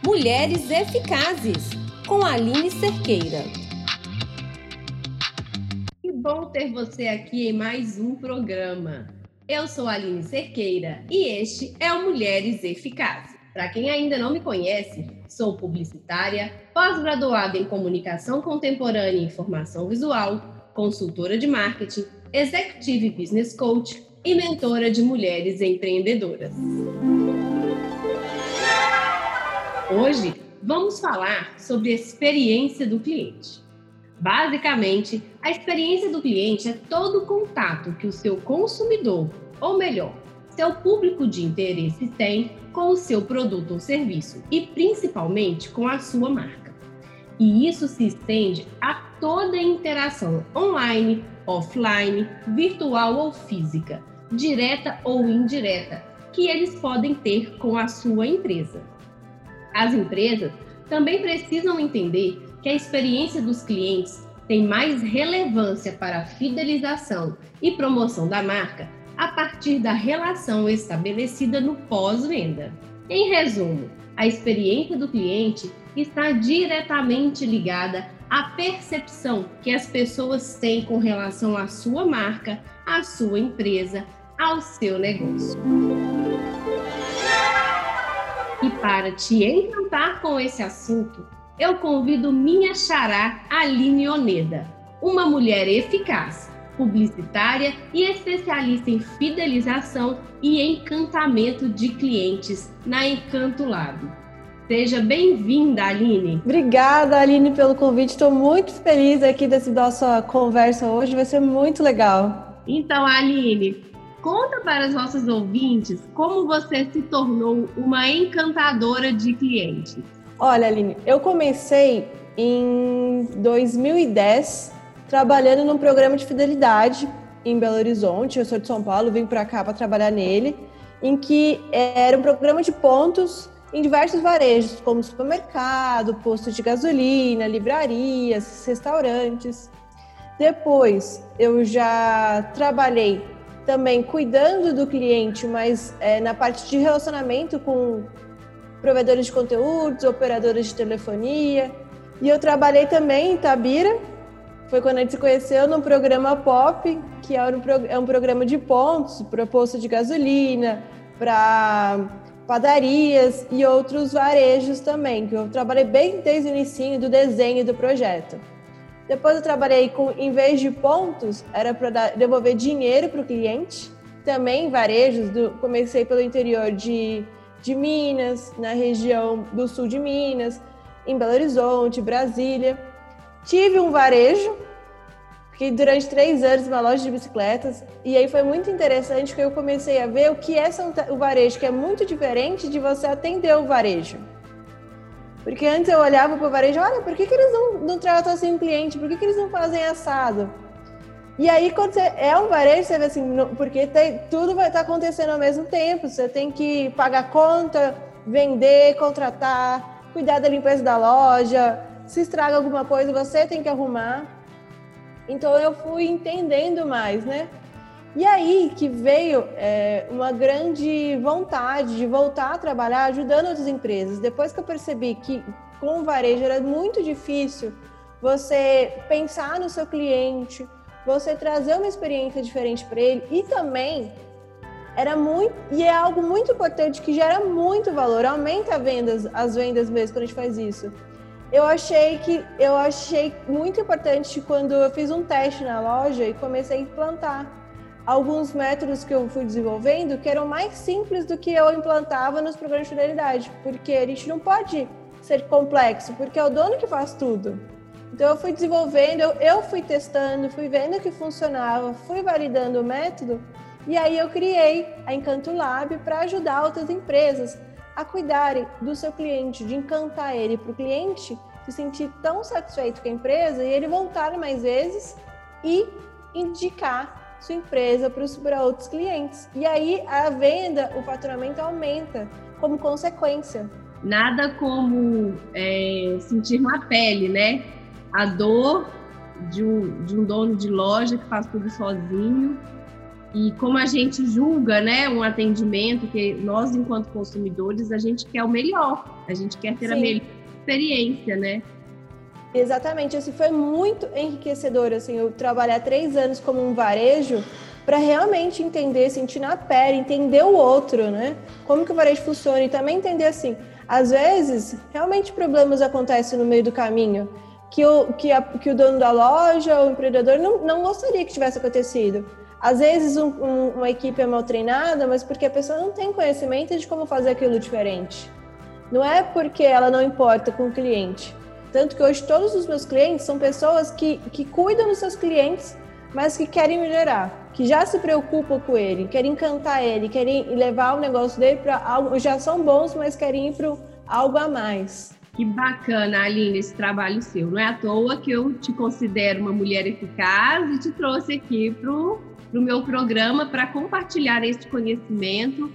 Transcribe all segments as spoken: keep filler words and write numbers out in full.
Mulheres Eficazes, com Aline Cerqueira. Que bom ter você aqui em mais um programa. Eu sou a Aline Cerqueira e este é o Mulheres Eficazes. Para quem ainda não me conhece, sou publicitária, pós-graduada em Comunicação Contemporânea e Informação Visual, consultora de marketing, executive business coach e mentora de mulheres empreendedoras. Hoje, vamos falar sobre a experiência do cliente. Basicamente, a experiência do cliente é todo o contato que o seu consumidor, ou melhor, seu público de interesse tem com o seu produto ou serviço e principalmente com a sua marca. E isso se estende a toda a interação online, offline, virtual ou física, direta ou indireta, que eles podem ter com a sua empresa. As empresas também precisam entender que a experiência dos clientes tem mais relevância para a fidelização e promoção da marca a partir da relação estabelecida no pós-venda. Em resumo, a experiência do cliente está diretamente ligada à percepção que as pessoas têm com relação à sua marca, à sua empresa, ao seu negócio. E para te encantar com esse assunto, eu convido minha xará Aline Oneda, uma mulher eficaz, publicitária e especialista em fidelização e encantamento de clientes na Encanto Lab. Seja bem-vinda, Aline. Obrigada, Aline, pelo convite. Estou muito feliz aqui dessa nossa conversa hoje, vai ser muito legal. Então, Aline, conta para os nossos ouvintes como você se tornou uma encantadora de clientes. Olha, Aline, eu comecei em dois mil e dez trabalhando num programa de fidelidade em Belo Horizonte. Eu sou de São Paulo, vim para cá para trabalhar nele, em que era um programa de pontos em diversos varejos, como supermercado, posto de gasolina, livrarias, restaurantes. Depois, eu já trabalhei também cuidando do cliente, mas é, na parte de relacionamento com provedores de conteúdos, operadores de telefonia. E eu trabalhei também em Itabira, foi quando a gente se conheceu, num programa Pop, que é um, é um programa de pontos para posto de gasolina, para padarias e outros varejos também, que eu trabalhei bem desde o início do desenho do projeto. Depois eu trabalhei com, em vez de pontos, era para devolver dinheiro para o cliente, também em varejos, do, comecei pelo interior de, de Minas, na região do sul de Minas, em Belo Horizonte, Brasília. Tive um varejo, fiquei durante três anos numa loja de bicicletas, e aí foi muito interessante que eu comecei a ver o que é o varejo, que é muito diferente de você atender o varejo. Porque antes eu olhava para o varejo, olha, por que, que eles não, não tratam assim o cliente? Por que, que eles não fazem assado? E aí, quando você é um varejo, você vê assim, não, porque tem, tudo vai estar acontecendo ao mesmo tempo. Você tem que pagar conta, vender, contratar, cuidar da limpeza da loja. Se estraga alguma coisa, você tem que arrumar. Então, eu fui entendendo mais, né? E aí que veio é, uma grande vontade de voltar a trabalhar ajudando outras empresas. Depois que eu percebi que com o varejo era muito difícil você pensar no seu cliente, você trazer uma experiência diferente para ele, e também era muito, e é algo muito importante que gera muito valor, aumenta as vendas, as vendas mesmo quando a gente faz isso. Eu achei que eu achei muito importante quando eu fiz um teste na loja e comecei a implantar alguns métodos que eu fui desenvolvendo que eram mais simples do que eu implantava nos programas de fidelidade, porque a gente não pode ser complexo, porque é o dono que faz tudo. Então eu fui desenvolvendo, eu, eu fui testando, fui vendo que funcionava, fui validando o método, e aí eu criei a Encanto Lab para ajudar outras empresas a cuidarem do seu cliente, de encantar ele, para o cliente se sentir tão satisfeito com a empresa e ele voltar mais vezes e indicar sua empresa para outros clientes. E aí a venda, o faturamento aumenta como consequência. Nada como é, sentir na pele, né? A dor de um, de um dono de loja que faz tudo sozinho E como a gente julga, né, um atendimento, que nós, enquanto consumidores, a gente quer o melhor, a gente quer ter Sim. a melhor experiência, né? Exatamente, assim, foi muito enriquecedor, assim, eu trabalhar três anos como um varejo para realmente entender, sentir na pele, entender o outro, né? Como que o varejo funciona e também entender, assim, às vezes, realmente problemas acontecem no meio do caminho, que o, que a, que o dono da loja, o empreendedor, não, não gostaria que tivesse acontecido. Às vezes um, um, uma equipe é mal treinada, mas porque a pessoa não tem conhecimento de como fazer aquilo diferente. Não é porque ela não importa com o cliente. Tanto que hoje todos os meus clientes são pessoas que, que cuidam dos seus clientes, mas que querem melhorar, que já se preocupam com ele, querem encantar ele, querem levar o negócio dele para algo, já são bons, mas querem ir para algo a mais. Que bacana, Aline, esse trabalho seu. Não é à toa que eu te considero uma mulher eficaz e te trouxe aqui para o meu programa para compartilhar esse conhecimento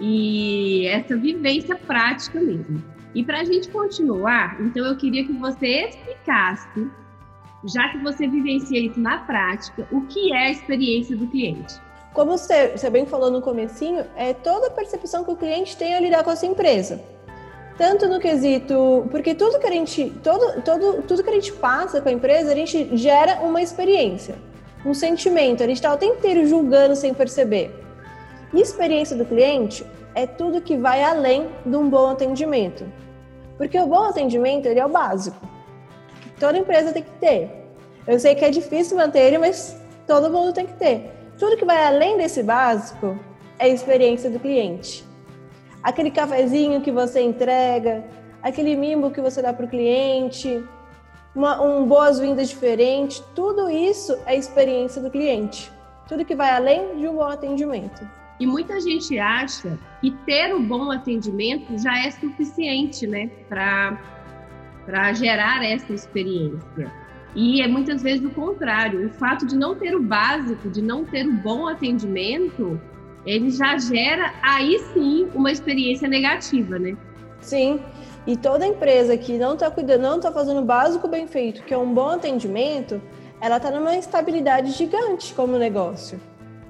e essa vivência prática mesmo. E para a gente continuar, então eu queria que você explicasse, já que você vivencia isso na prática, o que é a experiência do cliente. Como você, você bem falou no comecinho, é toda a percepção que o cliente tem ao lidar com a sua empresa. Tanto no quesito, porque tudo que a gente, todo, todo, tudo que a gente passa com a empresa, a gente gera uma experiência, um sentimento, a gente está o tempo inteiro julgando sem perceber. E experiência do cliente é tudo que vai além de um bom atendimento. Porque o bom atendimento, ele é o básico. Toda empresa tem que ter. Eu sei que é difícil manter ele, mas todo mundo tem que ter. Tudo que vai além desse básico é a experiência do cliente. Aquele cafezinho que você entrega, aquele mimo que você dá para o cliente, uma, um boas-vindas diferente, tudo isso é a experiência do cliente. Tudo que vai além de um bom atendimento. E muita gente acha que ter um bom atendimento já é suficiente, né, para para gerar essa experiência. E é muitas vezes o contrário. O fato de não ter o básico, de não ter um bom atendimento, ele já gera, aí sim, uma experiência negativa, né? Sim. E toda empresa que não está cuidando, não está fazendo o básico bem feito, que é um bom atendimento, ela está numa instabilidade gigante como negócio.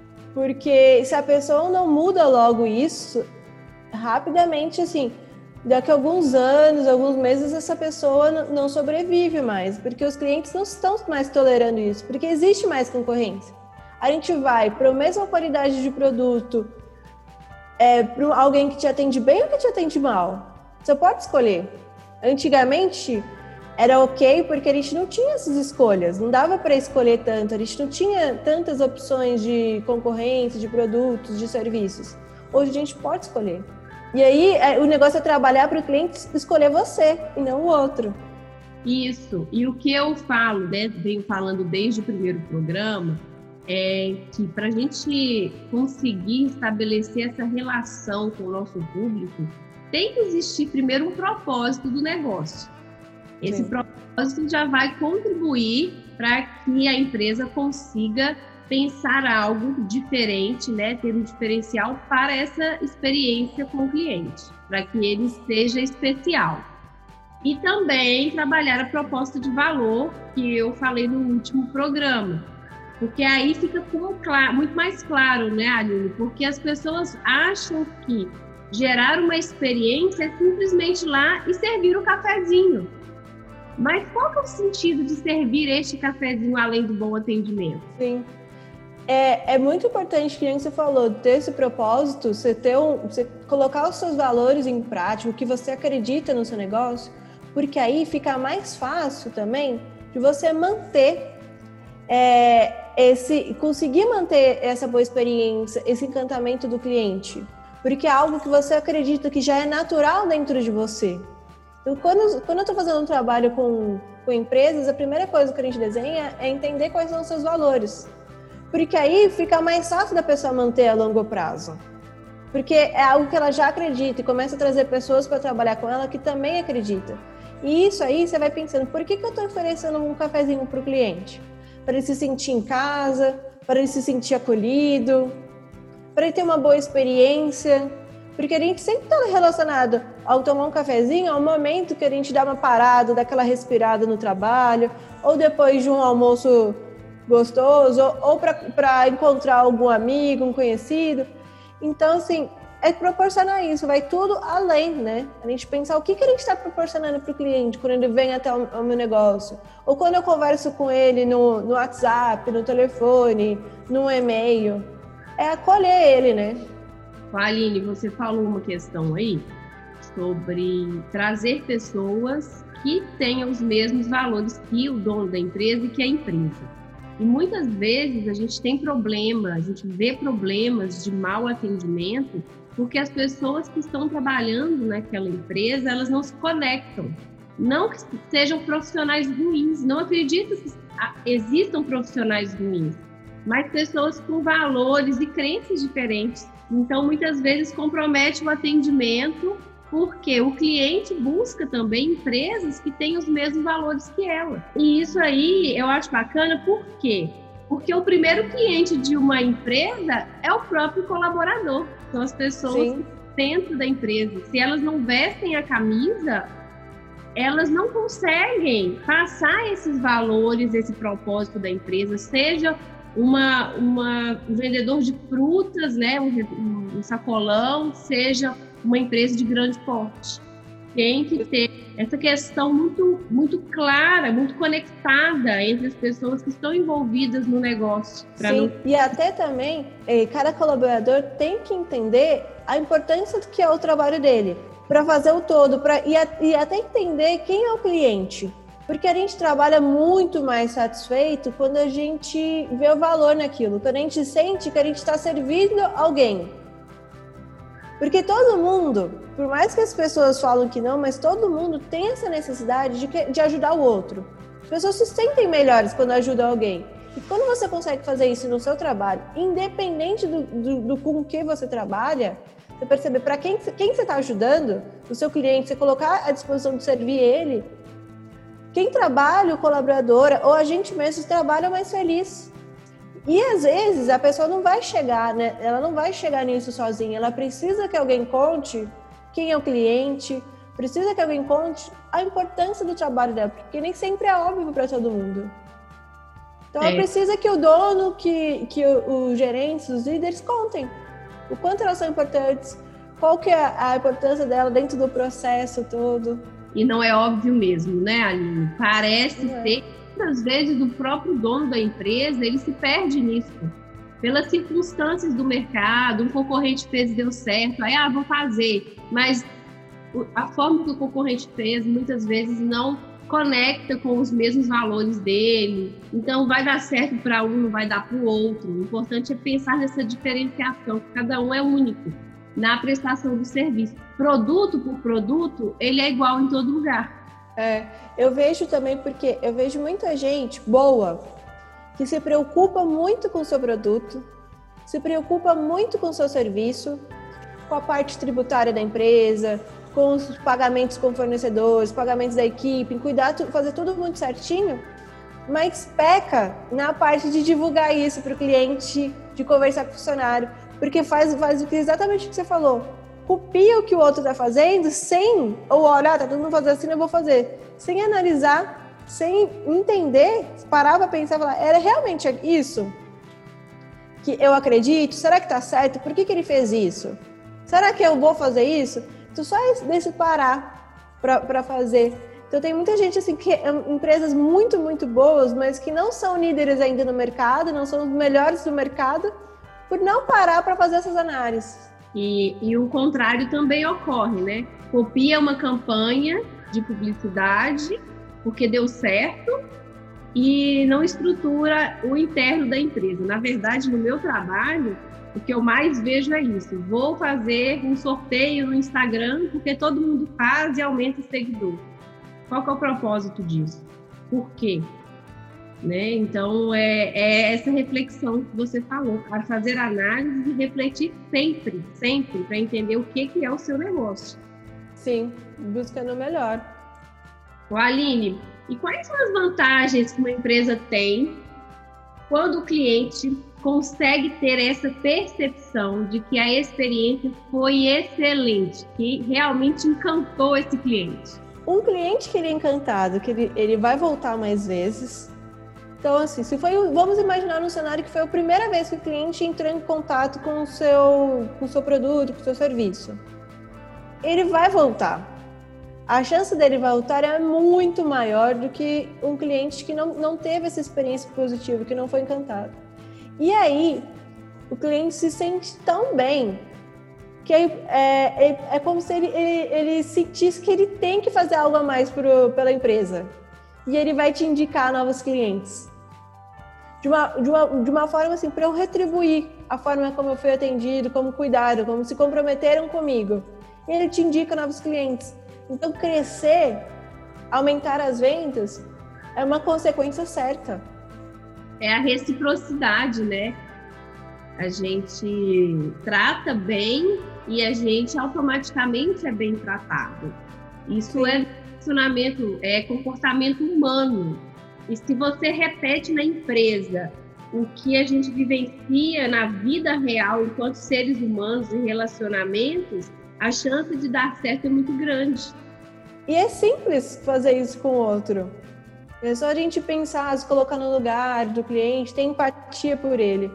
Porque se a pessoa não muda logo isso, rapidamente, assim, daqui a alguns anos, alguns meses, essa pessoa não sobrevive mais, porque os clientes não estão mais tolerando isso, porque existe mais concorrência. A gente vai para a mesma qualidade de produto, é, para alguém que te atende bem ou que te atende mal. Você pode escolher. Antigamente era ok porque a gente não tinha essas escolhas, não dava para escolher tanto, a gente não tinha tantas opções de concorrência, de produtos, de serviços. Hoje a gente pode escolher. E aí o negócio é trabalhar para o cliente escolher você e não o outro. Isso. E o que eu falo, né, venho falando desde o primeiro programa, é que para a gente conseguir estabelecer essa relação com o nosso público, tem que existir primeiro um propósito do negócio. Esse Sim. propósito já vai contribuir para que a empresa consiga pensar algo diferente, né, ter um diferencial para essa experiência com o cliente, para que ele seja especial. E também trabalhar a proposta de valor que eu falei no último programa, porque aí fica muito mais claro, né, Aline? Porque as pessoas acham que gerar uma experiência é simplesmente ir lá e servir o cafezinho. Mas qual que é o sentido de servir este cafezinho além do bom atendimento? Sim. É, é muito importante, que nem você falou, ter esse propósito, você, ter um, você colocar os seus valores em prática, o que você acredita no seu negócio, porque aí fica mais fácil também de você manter, é, esse, conseguir manter essa boa experiência, esse encantamento do cliente, porque é algo que você acredita que já é natural dentro de você. Então, quando, quando eu estou fazendo um trabalho com, com empresas, a primeira coisa que a gente desenha é entender quais são os seus valores. Porque aí fica mais fácil da pessoa manter a longo prazo. Porque é algo que ela já acredita e começa a trazer pessoas para trabalhar com ela que também acreditam. E isso aí você vai pensando, por que, que eu estou oferecendo um cafezinho para o cliente? Para ele se sentir em casa, para ele se sentir acolhido, para ele ter uma boa experiência. Porque a gente sempre está relacionado ao tomar um cafezinho, ao momento que a gente dá uma parada, dá aquela respirada no trabalho, ou depois de um almoço gostoso, ou, ou para encontrar algum amigo, um conhecido. Então, assim, é proporcionar isso, vai tudo além, né? A gente pensar o que, que a gente está proporcionando para o cliente quando ele vem até o, o meu negócio. Ou quando eu converso com ele no, no WhatsApp, no telefone, no e-mail. É acolher ele, né? Aline, você falou uma questão aí sobre trazer pessoas que tenham os mesmos valores que o dono da empresa e que a empresa. E muitas vezes a gente tem problema, a gente vê problemas de mau atendimento porque as pessoas que estão trabalhando naquela empresa, elas não se conectam. Não que sejam profissionais ruins, não acredito que existam profissionais ruins, mas pessoas com valores e crenças diferentes. Então, muitas vezes compromete o atendimento porque o cliente busca também empresas que têm os mesmos valores que ela. E isso aí eu acho bacana, por quê? Porque o primeiro cliente de uma empresa é o próprio colaborador. São as pessoas Sim. dentro da empresa. Se elas não vestem a camisa, elas não conseguem passar esses valores, esse propósito da empresa, seja uma, uma, um vendedor de frutas, né, um, um sacolão, seja uma empresa de grande porte. Tem que ter essa questão muito, muito clara, muito conectada entre as pessoas que estão envolvidas no negócio. Sim, não... e até também, cada colaborador tem que entender a importância que é o trabalho dele, para fazer o todo, pra, e, a, e até entender quem é o cliente. Porque a gente trabalha muito mais satisfeito quando a gente vê o valor naquilo, quando a gente sente que a gente está servindo alguém. Porque todo mundo, por mais que as pessoas falam que não, mas todo mundo tem essa necessidade de, que, de ajudar o outro. As pessoas se sentem melhores quando ajudam alguém. E quando você consegue fazer isso no seu trabalho, independente do, do, do com que você trabalha, você perceber para quem, quem você está ajudando, o seu cliente, você colocar à disposição de servir ele, quem trabalha, o colaborador, ou a gente mesmo trabalha mais feliz. E às vezes a pessoa não vai chegar, né? Ela não vai chegar nisso sozinha. Ela precisa que alguém conte quem é o cliente, precisa que alguém conte a importância do trabalho dela, porque nem sempre é óbvio para todo mundo. Então, é. ela precisa que o dono, que, que os gerentes, os líderes contem o quanto elas são importantes, qual que é a importância dela dentro do processo todo. E não é óbvio mesmo, né, Aline? Parece é. ser... Muitas vezes o próprio dono da empresa, ele se perde nisso, pelas circunstâncias do mercado, um concorrente fez e deu certo, aí, ah, vou fazer, mas a forma que o concorrente fez, muitas vezes não conecta com os mesmos valores dele, então vai dar certo para um, não vai dar para o outro. O importante é pensar nessa diferenciação, que cada um é único na prestação do serviço. Produto por produto, ele é igual em todo lugar. É, eu vejo também porque eu vejo muita gente boa que se preocupa muito com o seu produto, se preocupa muito com o seu serviço, com a parte tributária da empresa, com os pagamentos com fornecedores, pagamentos da equipe, em cuidar, fazer tudo muito certinho, mas peca na parte de divulgar isso para o cliente, de conversar com o funcionário, porque faz, faz exatamente o que você falou. Copia o que o outro está fazendo sem, ou olha, tá todo mundo fazendo assim, eu vou fazer. Sem analisar, sem entender, parar para pensar e falar, era realmente isso que eu acredito? Será que está certo? Por que, que ele fez isso? Será que eu vou fazer isso? Então só deixa parar para fazer. Então tem muita gente assim, que empresas muito, muito boas, mas que não são líderes ainda no mercado, não são os melhores do mercado, por não parar para fazer essas análises. E, e o contrário também ocorre, né? Copia uma campanha de publicidade porque deu certo e não estrutura o interno da empresa. Na verdade, no meu trabalho, o que eu mais vejo é isso. Vou fazer um sorteio no Instagram porque todo mundo faz e aumenta o seguidor. Qual que é o propósito disso? Por quê? Né? Então, é, é essa reflexão que você falou, para fazer análise e refletir sempre, sempre, para entender o que, que é o seu negócio. Sim, buscando o melhor. Ô, Aline, e quais são as vantagens que uma empresa tem quando o cliente consegue ter essa percepção de que a experiência foi excelente, que realmente encantou esse cliente? Um cliente que ele é encantado, que ele, ele vai voltar mais vezes, Então, assim, se foi, vamos imaginar um cenário que foi a primeira vez que o cliente entrou em contato com o seu, com o seu produto, com o seu serviço. Ele vai voltar. A chance dele voltar é muito maior do que um cliente que não, não teve essa experiência positiva, que não foi encantado. E aí, o cliente se sente tão bem que é, é, é como se ele, ele, ele sentisse que ele tem que fazer algo a mais pro, pela empresa. E ele vai te indicar novos clientes. De uma, de uma, de uma forma assim, para eu retribuir a forma como eu fui atendido, como cuidado, como se comprometeram comigo. E ele te indica novos clientes. Então, crescer, aumentar as vendas, é uma consequência certa. É a reciprocidade, né? A gente trata bem e a gente automaticamente é bem tratado. Isso Sim. é funcionamento, é comportamento humano. E se você repete na empresa o que a gente vivencia na vida real enquanto seres humanos em relacionamentos, a chance de dar certo é muito grande. E é simples fazer isso com o outro. É só a gente pensar, se colocar no lugar do cliente, ter empatia por ele.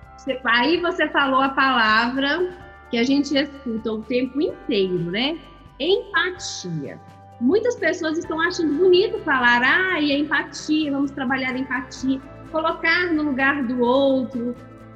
Aí você falou a palavra que a gente escuta o tempo inteiro, né? Empatia. Muitas pessoas estão achando bonito falar, ah, e a empatia, vamos trabalhar a empatia, colocar no lugar do outro.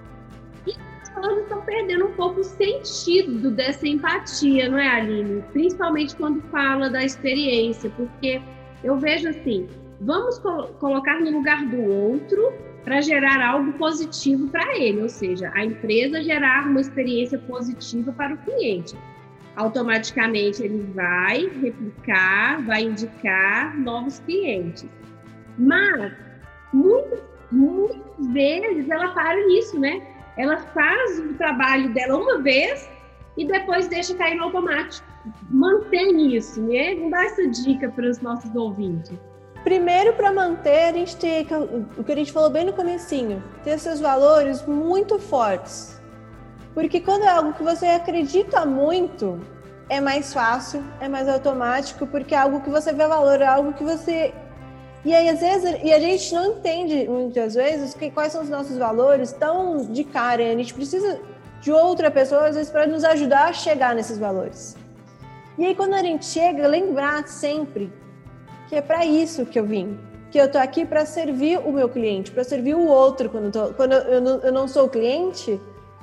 E as pessoas estão perdendo um pouco o sentido dessa empatia, não é, Aline? Principalmente quando fala da experiência, porque eu vejo assim, vamos colo- colocar no lugar do outro para gerar algo positivo para ele, ou seja, a empresa gerar uma experiência positiva para o cliente. Automaticamente ele vai replicar, vai indicar novos clientes. Mas, muitas, muitas vezes, ela para nisso, né? Ela faz o trabalho dela uma vez e depois deixa cair no automático. Mantém isso, né? Vamos dar essa dica para os nossos ouvintes. Primeiro, para manter, a gente tem o que a gente falou bem no comecinho, ter seus valores muito fortes. Porque quando é algo que você acredita muito, é mais fácil, é mais automático, porque é algo que você vê valor, é algo que você... E aí, às vezes, e a gente não entende, muitas vezes, que, quais são os nossos valores tão de cara. A gente precisa de outra pessoa, às vezes, para nos ajudar a chegar nesses valores. E aí, quando a gente chega, lembrar sempre que é para isso que eu vim. Que eu tô aqui para servir o meu cliente, para servir o outro. Quando, tô, quando eu, não, eu não sou o cliente...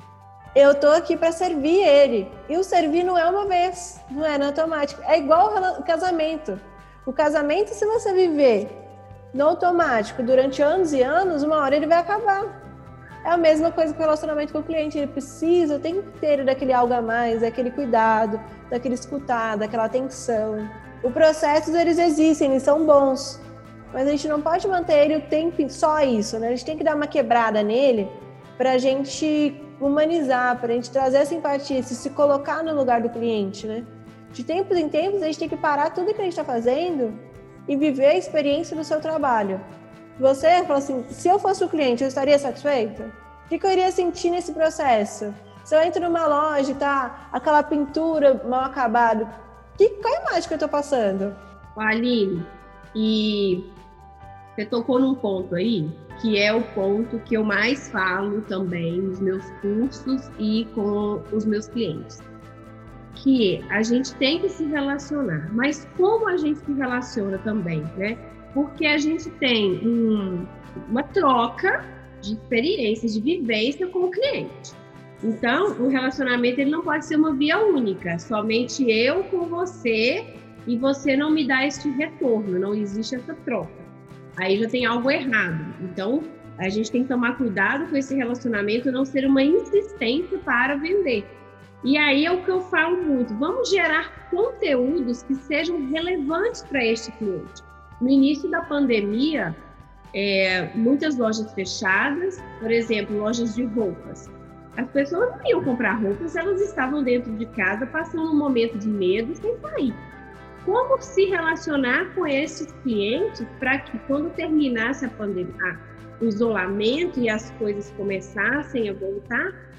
Eu tô aqui para servir ele. E o servir não é uma vez, não é no automático. É igual o casamento. O casamento, se você viver no automático durante anos e anos, uma hora ele vai acabar. É a mesma coisa com o relacionamento com o cliente. Ele precisa o tempo inteiro daquele algo a mais, daquele cuidado, daquele escutar, daquela atenção. Os processos, eles existem, eles são bons. Mas a gente não pode manter ele o tempo só isso, né? A gente tem que dar uma quebrada nele para a gente humanizar, para a gente trazer essa empatia, se, se colocar no lugar do cliente, né? De tempos em tempos, a gente tem que parar tudo que a gente está fazendo e viver a experiência do seu trabalho. Você fala assim, se eu fosse o cliente, eu estaria satisfeita? O que, que eu iria sentir nesse processo? Se eu entro numa loja e tá aquela pintura mal acabada, que, qual é a imagem que eu estou passando? Aline, e você tocou num ponto aí, que é o ponto que eu mais falo também nos meus cursos e com os meus clientes, que a gente tem que se relacionar, mas como a gente se relaciona também, né? Porque a gente tem um, uma troca de experiências, de vivência com o cliente. Então, o relacionamento ele não pode ser uma via única, somente eu com você e você não me dá este retorno, não existe essa troca. Aí já tem algo errado. Então, a gente tem que tomar cuidado com esse relacionamento e não ser uma insistência para vender. E aí é o que eu falo muito, vamos gerar conteúdos que sejam relevantes para este cliente. No início da pandemia, é, muitas lojas fechadas, por exemplo, lojas de roupas. As pessoas não iam comprar roupas, elas estavam dentro de casa, passando um momento de medo sem sair. Como se relacionar com esses clientes para que quando terminasse a pandemia, o isolamento e as coisas começassem a voltar,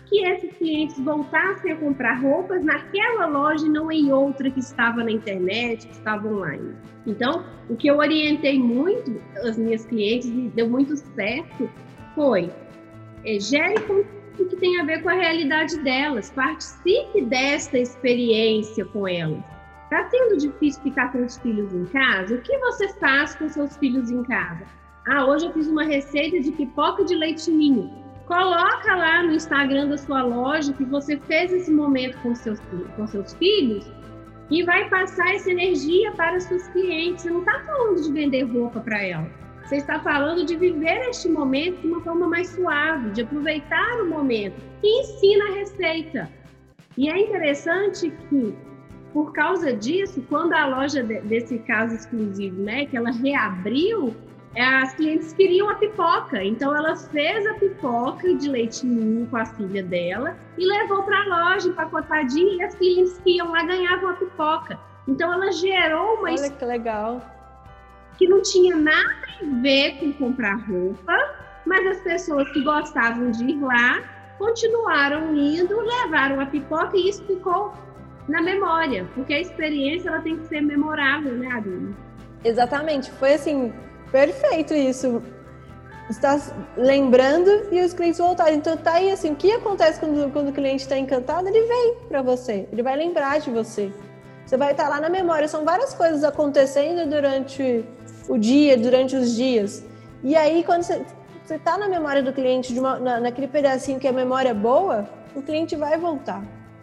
que esses clientes voltassem a comprar roupas naquela loja e não em outra que estava na internet, que estava online. Então, o que eu orientei muito as minhas clientes, e deu muito certo, foi é, gere conteúdo que tem a ver com a realidade delas, participe desta experiência com elas. Está sendo difícil ficar com os filhos em casa? O que você faz com seus filhos em casa? Ah, hoje eu fiz uma receita de pipoca de leite ninho. Coloca lá no Instagram da sua loja que você fez esse momento com seus, com seus filhos e vai passar essa energia para os seus clientes. Você não está falando de vender roupa para ela. Você está falando de viver este momento de uma forma mais suave, de aproveitar o momento. E ensina a receita. E é interessante que, por causa disso, quando a loja desse caso exclusivo, né, que ela reabriu, as clientes queriam a pipoca. Então, ela fez a pipoca de leite ninho com a filha dela e levou para a loja empacotadinha, e as clientes que iam lá ganhavam a pipoca. Então, ela gerou uma... Olha que legal. Que não tinha nada a ver com comprar roupa, mas as pessoas que gostavam de ir lá continuaram indo, levaram a pipoca, e isso ficou na memória, porque a experiência ela tem que ser memorável, né, Aline? Exatamente, foi assim, perfeito isso. Está lembrando e os clientes voltaram. Então tá aí assim, o que acontece quando, quando o cliente está encantado? Ele vem para você, ele vai lembrar de você. Você vai estar lá na memória, são várias coisas acontecendo durante o dia, durante os dias. E aí, quando você está na memória do cliente, de uma, na, naquele pedacinho que a memória é boa, o cliente vai voltar.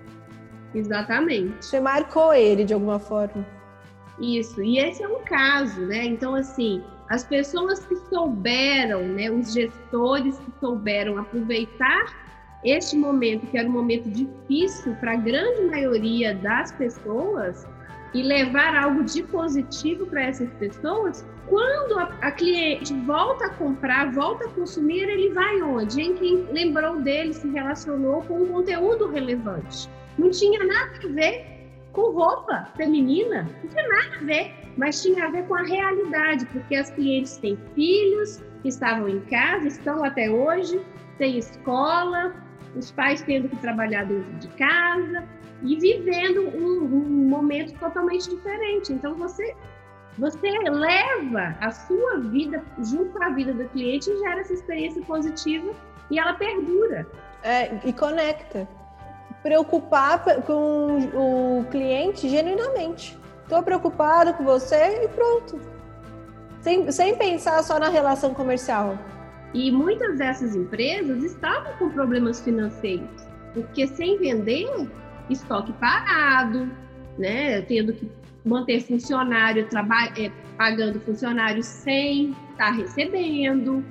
Exatamente. Você marcou ele de alguma forma. Isso, e esse é um caso, né? Então, assim, as pessoas que souberam, né, os gestores que souberam aproveitar este momento, que era um momento difícil para a grande maioria das pessoas, e levar algo de positivo para essas pessoas, quando a, a cliente volta a comprar, volta a consumir, ele vai onde? Em quem lembrou dele, se relacionou com um conteúdo relevante. Não tinha nada a ver com roupa feminina, não tinha nada a ver, mas tinha a ver com a realidade, porque as clientes têm filhos que estavam em casa, estão até hoje, têm escola, os pais tendo que trabalhar dentro de casa e vivendo um, um momento totalmente diferente. Então, você, você leva a sua vida junto com a vida do cliente e gera essa experiência positiva e ela perdura. É, e conecta. Preocupar com o cliente genuinamente. Estou preocupado com você e pronto. Sem, sem pensar só na relação comercial. E muitas dessas empresas estavam com problemas financeiros, porque sem vender, estoque parado, né? Tendo que manter funcionário, traba- é, pagando funcionário sem estar recebendo,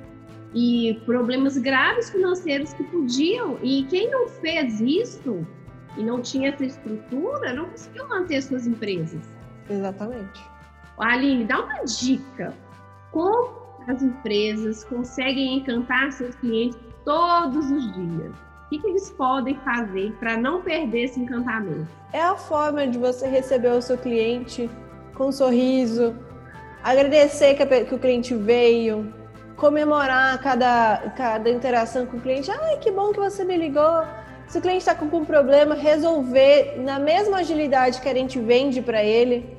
e problemas graves financeiros que podiam, e quem não fez isso e não tinha essa estrutura, não conseguiu manter suas empresas. Exatamente. Aline, dá uma dica. Como as empresas conseguem encantar seus clientes todos os dias? O que, que eles podem fazer para não perder esse encantamento? É a forma de você receber o seu cliente com um sorriso, agradecer que, a, que o cliente veio, comemorar cada, cada interação com o cliente. Ai, que bom que você me ligou. Se o cliente está com um problema, resolver na mesma agilidade que a gente vende para ele.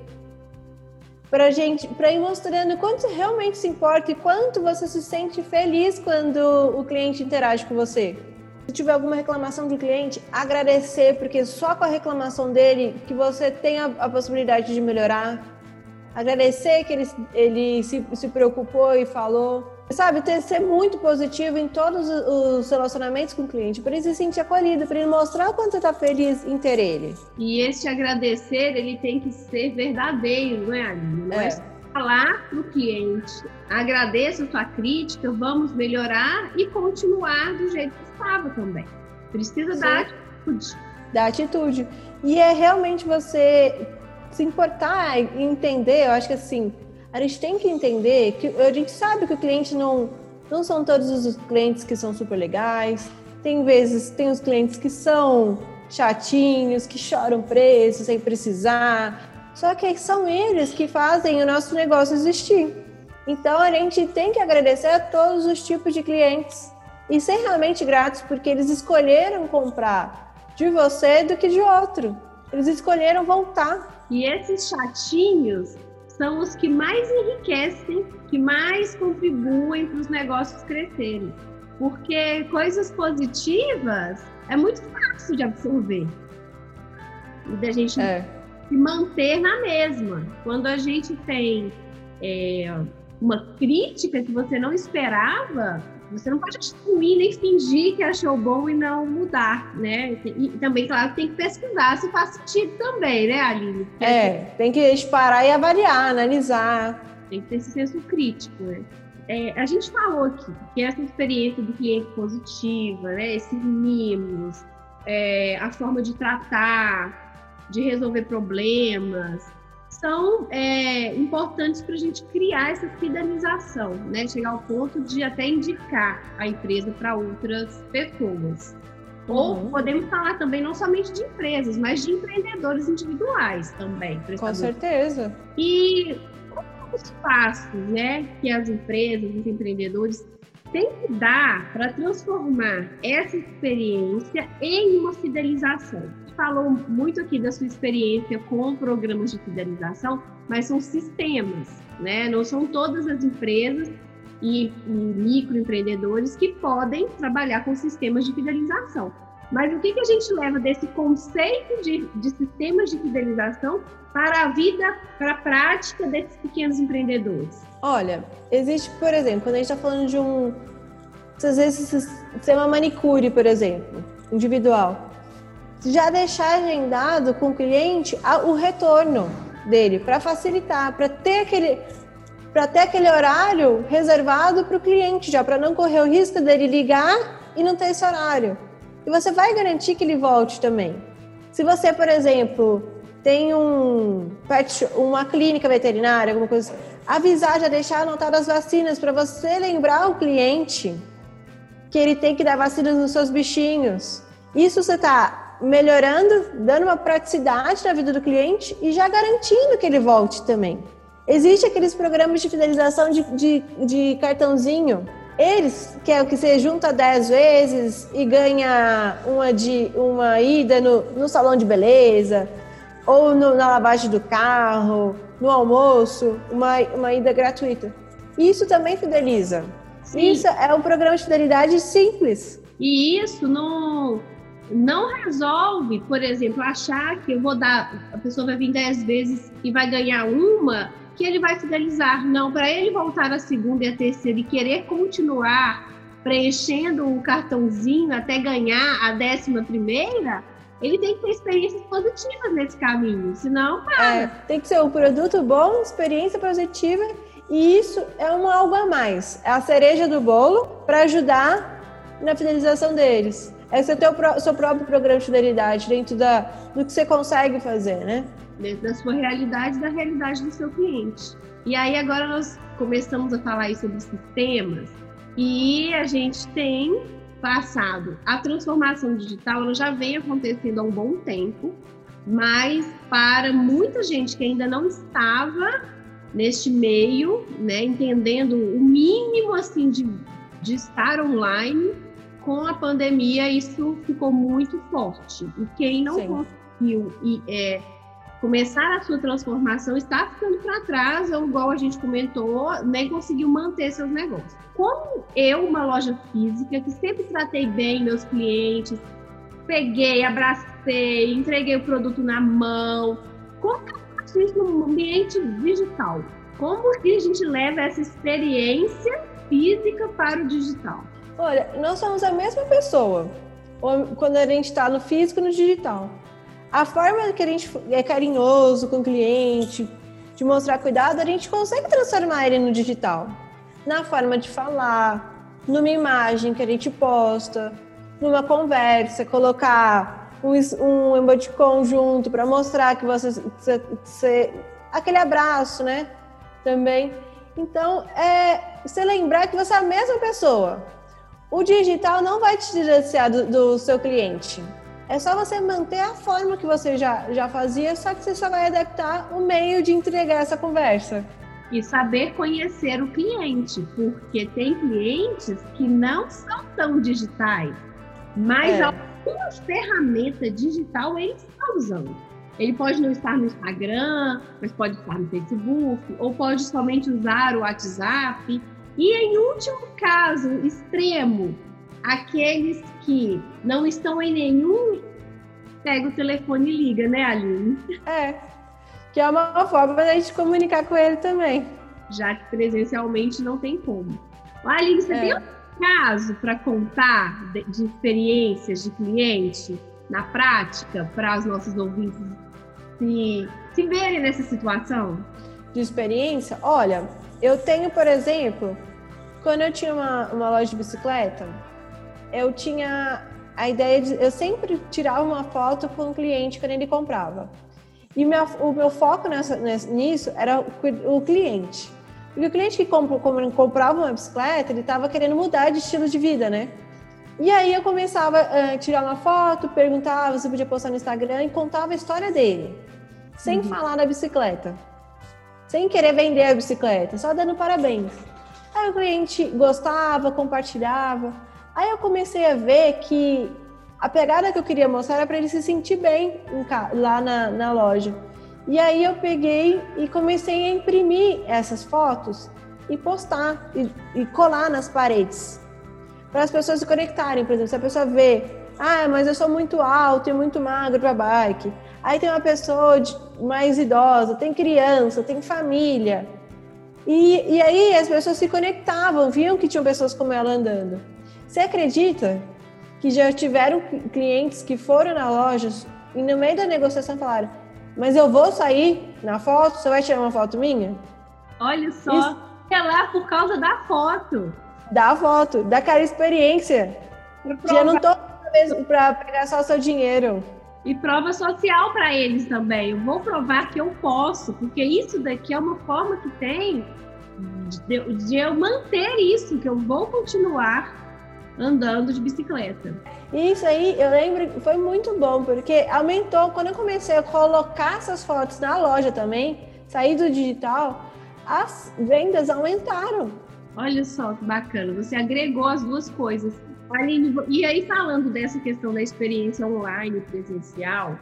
Para gente, para ir mostrando quanto você realmente se importa e quanto você se sente feliz quando o cliente interage com você. Se tiver alguma reclamação do cliente, agradecer, porque só com a reclamação dele que você tem a, a possibilidade de melhorar. Agradecer que ele, ele se, se preocupou e falou. Sabe, ter, ser muito positivo em todos os relacionamentos com o cliente, para ele se sentir acolhido, para ele mostrar o quanto você está feliz em ter ele. E esse agradecer, ele tem que ser verdadeiro, não é, Aline? Não é, é falar para o cliente, agradeço a sua crítica, vamos melhorar e continuar do jeito que estava também. Precisa Sim. dar atitude. Da atitude. E é realmente você se importar e entender, eu acho que assim, a gente tem que entender que a gente sabe que o cliente não, não são todos os clientes que são super legais. Tem vezes, tem os clientes que são chatinhos, que choram preço sem precisar. Só que são eles que fazem o nosso negócio existir. Então a gente tem que agradecer a todos os tipos de clientes. e ser realmente gratos porque eles escolheram comprar de você do que de outro. Eles escolheram voltar. E esses chatinhos são os que mais enriquecem, que mais contribuem para os negócios crescerem. Porque coisas positivas é muito fácil de absorver. E da gente é. se manter na mesma. Quando a gente tem é, uma crítica que você não esperava, você não pode assumir nem fingir que achou bom e não mudar, né? E também, claro, tem que pesquisar se faz sentido também, né, Aline? Porque é, tem que parar e avaliar, analisar. Tem que ter esse senso crítico, né? É, a gente falou aqui que essa experiência do cliente positiva, né, esses mimos, é, a forma de tratar, de resolver problemas, são é, importantes para a gente criar essa fidelização, né? Chegar ao ponto de até indicar a empresa para outras pessoas. Uhum. Ou podemos falar também não somente de empresas, mas de empreendedores individuais também. Com certeza. E os passos, né, que as empresas, os empreendedores têm que dar para transformar essa experiência em uma fidelização. A gente falou muito aqui da sua experiência com programas de fidelização, mas são sistemas, né? Não são todas as empresas e, e microempreendedores que podem trabalhar com sistemas de fidelização. Mas o que, que a gente leva desse conceito de, de sistemas de fidelização para a vida, para a prática desses pequenos empreendedores? Olha, existe, por exemplo, quando a gente está falando de um... Às vezes, ser uma manicure, por exemplo, individual. Já deixar agendado com o cliente o retorno dele, para facilitar, para ter aquele... para ter aquele horário reservado para o cliente já, para não correr o risco dele ligar e não ter esse horário. E você vai garantir que ele volte também. Se você, por exemplo, tem um pet, uma clínica veterinária, alguma coisa, avisar, já deixar anotado as vacinas para você lembrar o cliente que ele tem que dar vacinas nos seus bichinhos. Isso você está melhorando, dando uma praticidade na vida do cliente e já garantindo que ele volte também. Existem aqueles programas de fidelização de, de, de cartãozinho. Eles, que é o que você junta dez vezes e ganha uma, de, uma ida no, no salão de beleza, ou no, na lavagem do carro, no almoço, uma, uma ida gratuita. Isso também fideliza. Sim. Isso é um programa de fidelidade simples. E isso não, não resolve, por exemplo, achar que eu vou dar, a pessoa vai vir dez vezes e vai ganhar uma, que ele vai fidelizar. Não, para ele voltar a segunda e a terceira e querer continuar preenchendo o cartãozinho até ganhar a décima primeira, ele tem que ter experiências positivas nesse caminho, senão, para. É, tem que ser um produto bom, experiência positiva, e isso é um algo a mais. É a cereja do bolo para ajudar na fidelização deles. Esse é o teu, seu próprio programa de fidelidade dentro da, do que você consegue fazer, né? Dentro da sua realidade e da realidade do seu cliente. E aí agora nós começamos a falar aí sobre sistemas e a gente tem passado. A transformação digital ela já vem acontecendo há um bom tempo, mas para muita gente que ainda não estava neste meio, né, entendendo o mínimo assim de, de estar online, com a pandemia isso ficou muito forte. E quem não Sim. conseguiu e, é, começar a sua transformação está ficando para trás, ou igual a gente comentou, nem conseguiu manter seus negócios. Como eu, uma loja física, que sempre tratei bem meus clientes, peguei, abracei, entreguei o produto na mão, como que eu faço isso no ambiente digital? Como que a gente leva essa experiência física para o digital? Olha, nós somos a mesma pessoa, quando a gente está no físico e no digital. A forma que a gente é carinhoso com o cliente, de mostrar cuidado, a gente consegue transformar ele no digital. Na forma de falar, numa imagem que a gente posta, numa conversa, colocar um, um emoticon junto para mostrar que você, você, você... aquele abraço, né? Também. Então, é você lembrar que você é a mesma pessoa. O digital não vai te distanciar do, do seu cliente. É só você manter a forma que você já, já fazia, só que você só vai adaptar o meio de entregar essa conversa. E saber conhecer o cliente, porque tem clientes que não são tão digitais, mas é. alguma ferramenta digital ele está usando. Ele pode não estar no Instagram, mas pode estar no Facebook, ou pode somente usar o WhatsApp. E em último caso, extremo, aqueles que não estão em nenhum, pega o telefone e liga, né, Aline? É. Que é uma forma da gente comunicar com ele também. Já que presencialmente não tem como. Aline, você é. tem um caso para contar de, de experiências de cliente na prática para os nossos ouvintes se, se verem nessa situação? De experiência? Olha, eu tenho, por exemplo, quando eu tinha uma, uma loja de bicicleta, eu tinha a ideia de... Eu sempre tirava uma foto com o cliente quando ele comprava. E minha, o meu foco nessa, nisso era o, o cliente. Porque o cliente que comp, comprava uma bicicleta, ele estava querendo mudar de estilo de vida, né? E aí eu começava a uh, tirar uma foto, perguntava se podia postar no Instagram e contava a história dele. Sem uhum. falar da bicicleta. Sem querer vender a bicicleta, só dando parabéns. Aí o cliente gostava, compartilhava. Aí eu comecei a ver que a pegada que eu queria mostrar era para ele se sentir bem lá na, na loja. E aí eu peguei e comecei a imprimir essas fotos e postar e, e colar nas paredes. Para as pessoas se conectarem. Por exemplo, se a pessoa vê, ah, mas eu sou muito alto e muito magro para bike. Aí tem uma pessoa de, mais idosa, tem criança, tem família. E, e aí as pessoas se conectavam, viam que tinham pessoas como ela andando. Você acredita que já tiveram clientes que foram na loja e no meio da negociação falaram, mas eu vou sair na foto, você vai tirar uma foto minha? Olha só, Isso. é lá por causa da foto. Da foto, daquela experiência. Eu não tô para pegar só o seu dinheiro. E prova social para eles também. Eu vou provar que eu posso, porque isso daqui é uma forma que tem de, de eu manter isso, que eu vou continuar andando de bicicleta. Isso aí, eu lembro, foi muito bom, porque aumentou, quando eu comecei a colocar essas fotos na loja também, sair do digital, as vendas aumentaram. Olha só que bacana, você agregou as duas coisas. Aline, e aí falando dessa questão da experiência online e presencial,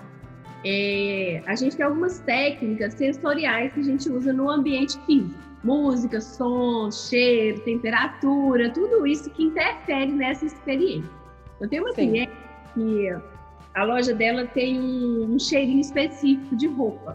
é, a gente tem algumas técnicas sensoriais que a gente usa no ambiente físico. Música, som, cheiro, temperatura, tudo isso que interfere nessa experiência. Eu tenho uma Sim. cliente que a loja dela tem um, um cheirinho específico de roupa.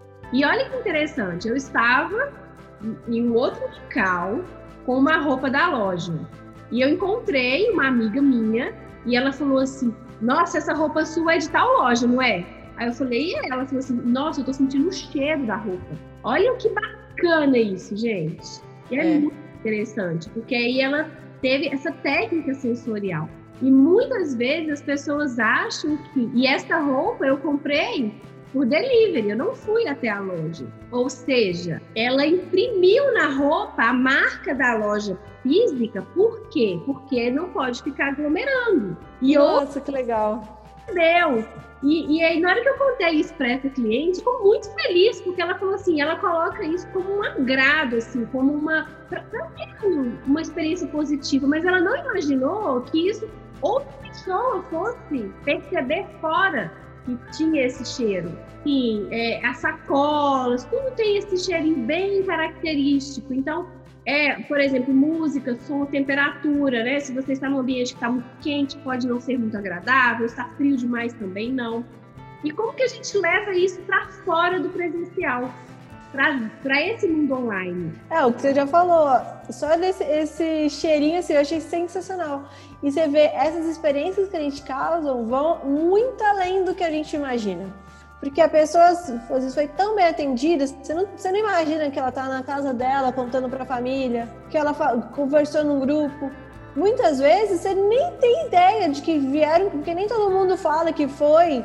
E olha que interessante, eu estava em um outro local com uma roupa da loja. E eu encontrei uma amiga minha e ela falou assim, nossa, essa roupa sua é de tal loja, não é? Aí eu falei, e ela falou assim, nossa, eu tô sentindo o cheiro da roupa. Olha que bacana isso, gente. E é, é muito interessante, porque aí ela teve essa técnica sensorial. E muitas vezes as pessoas acham que... E essa roupa eu comprei por delivery, eu não fui até a loja. Ou seja, ela imprimiu na roupa a marca da loja física. Por quê? Porque não pode ficar aglomerando. E Nossa, eu... que legal. Deu. E, e aí, na hora que eu contei isso para essa cliente, ficou muito feliz, porque ela falou assim, ela coloca isso como um agrado, assim, como uma... Pra, pra uma experiência positiva, mas ela não imaginou que isso outra pessoa fosse perceber fora que tinha esse cheiro. Sim, é, as sacolas, tudo tem esse cheirinho bem característico. Então, é, por exemplo, música, som, temperatura, né? Se você está num ambiente que está muito quente, pode não ser muito agradável, está frio demais também não. E como que a gente leva isso para fora do presencial? Para esse mundo online. É, o que você já falou, só desse, esse cheirinho assim, eu achei sensacional. E você vê, essas experiências que a gente causa vão muito além do que a gente imagina. Porque a pessoa, às vezes, foi tão bem atendida, você não, você não imagina que ela tá na casa dela, contando para a família, que ela conversou num grupo. Muitas vezes, você nem tem ideia de que vieram, porque nem todo mundo fala que foi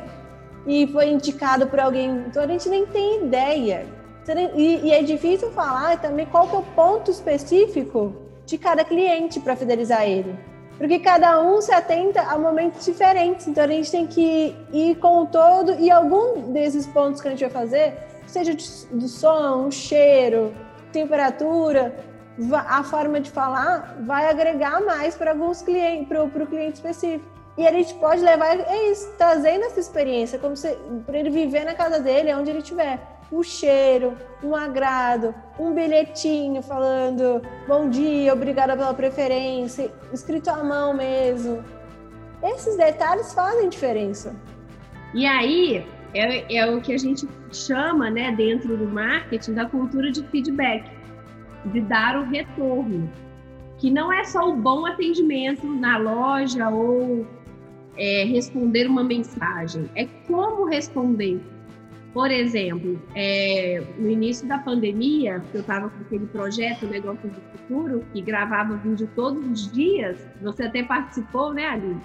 e foi indicado por alguém. Então, a gente nem tem ideia. E, e é difícil falar também qual que é o ponto específico de cada cliente para fidelizar ele. Porque cada um se atenta a momentos diferentes. Então, a gente tem que ir com o todo e algum desses pontos que a gente vai fazer, seja do som, o cheiro, temperatura, a forma de falar vai agregar mais para alguns clientes, para o cliente específico. E a gente pode levar, é isso, trazendo essa experiência, como para ele viver na casa dele, onde ele estiver. O cheiro, um agrado, um bilhetinho falando bom dia, obrigada pela preferência, escrito à mão mesmo. Esses detalhes fazem diferença. E aí, é, é o que a gente chama, né, dentro do marketing, da cultura de feedback, de dar o retorno, que não é só o bom atendimento na loja ou é, responder uma mensagem, é como responder. Por exemplo, é, no início da pandemia, eu estava com aquele projeto Negócio do Futuro, que gravava vídeo todos os dias, você até participou, né, Aline?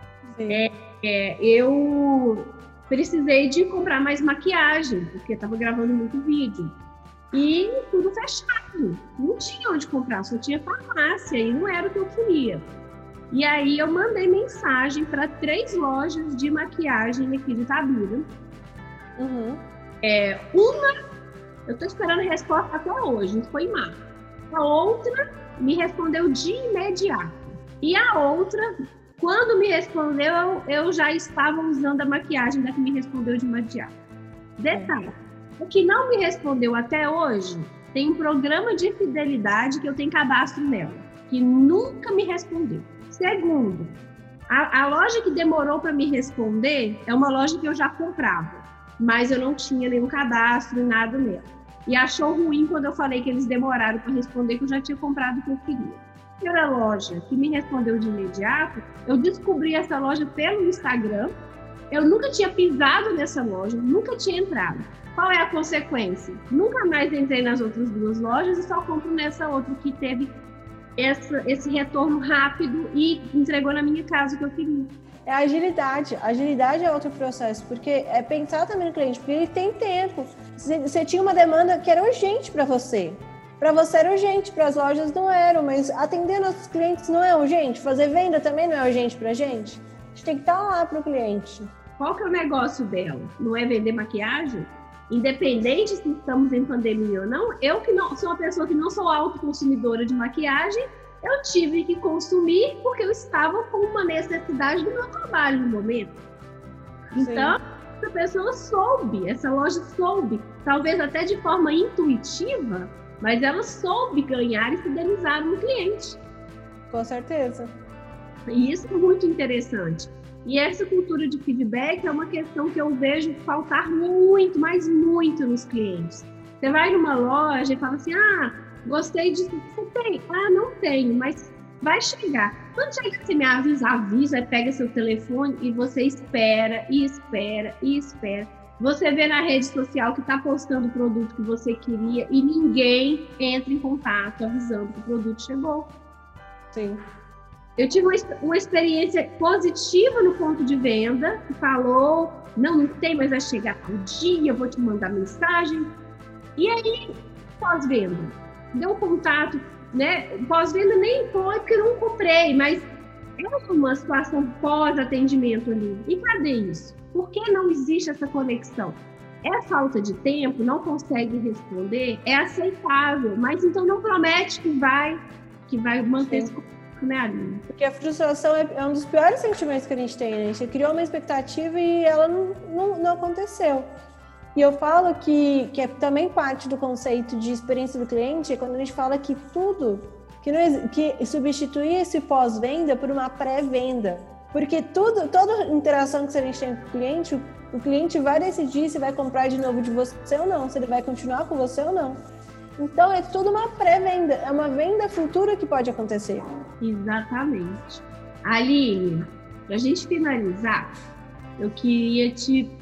É, é, eu precisei de comprar mais maquiagem, porque estava gravando muito vídeo. E tudo fechado, não tinha onde comprar, só tinha farmácia e não era o que eu queria. E aí eu mandei mensagem para três lojas de maquiagem aqui de Itabira. Uhum. É, uma, eu estou esperando a resposta até hoje, isso foi em março. A outra me respondeu de imediato. E a outra, quando me respondeu, eu, eu já estava usando a maquiagem da que me respondeu de imediato. Detalhe. O que não me respondeu até hoje, tem um programa de fidelidade que eu tenho cadastro nela, que nunca me respondeu. Segundo, a, a loja que demorou para me responder é uma loja que eu já comprava, mas eu não tinha nenhum cadastro e nada nela. E achou ruim quando eu falei que eles demoraram para responder, que eu já tinha comprado o que eu queria. A primeira loja que me respondeu de imediato, eu descobri essa loja pelo Instagram, eu nunca tinha pisado nessa loja, nunca tinha entrado. Qual é a consequência? Nunca mais entrei nas outras duas lojas e só compro nessa outra que teve essa, esse retorno rápido e entregou na minha casa o que eu queria. É a agilidade. A agilidade é outro processo, porque é pensar também no cliente, porque ele tem tempo. Você tinha uma demanda que era urgente para você. Para você era urgente, para as lojas não era, mas atender nossos clientes não é urgente. Fazer venda também não é urgente para a gente. A gente tem que estar lá para o cliente. Qual que é o negócio dela? Não é vender maquiagem? Independente se estamos em pandemia ou não, eu que não sou uma pessoa que não sou autoconsumidora de maquiagem, eu tive que consumir porque eu estava com uma necessidade do meu trabalho no momento. Então, sim, essa pessoa soube, essa loja soube, talvez até de forma intuitiva, mas ela soube ganhar e fidelizar um cliente. Com certeza. E isso é muito interessante. E essa cultura de feedback é uma questão que eu vejo faltar muito, mas muito nos clientes. Você vai numa loja e fala assim, ah, gostei disso. Você tem? Ah, não tenho, mas vai chegar. Quando chegar, você me avisa, avisa, pega seu telefone e você espera, e espera, e espera. Você vê na rede social que está postando o produto que você queria e ninguém entra em contato avisando que o produto chegou. Sim. Eu tive uma, uma experiência positiva no ponto de venda, que falou, não, não tem, mas vai chegar tal dia, eu vou te mandar mensagem. E aí, pós-venda, deu contato, né? Pós-venda nem foi, porque eu não comprei, mas é uma situação pós-atendimento ali. E cadê isso? Por que não existe essa conexão? É falta de tempo, não consegue responder, é aceitável, mas então não promete que vai, que vai manter esse contato. Porque a frustração é um dos piores sentimentos que a gente tem, né? A gente criou uma expectativa e ela não, não, não aconteceu. E eu falo que, que é também parte do conceito de experiência do cliente, é quando a gente fala que tudo, que, não, que substituir esse pós-venda por uma pré-venda. Porque tudo, toda interação que a gente tem com o cliente, o, o cliente vai decidir se vai comprar de novo de você ou não, se ele vai continuar com você ou não. Então, é tudo uma pré-venda, é uma venda futura que pode acontecer. Exatamente. Aline, para a gente finalizar, eu queria te,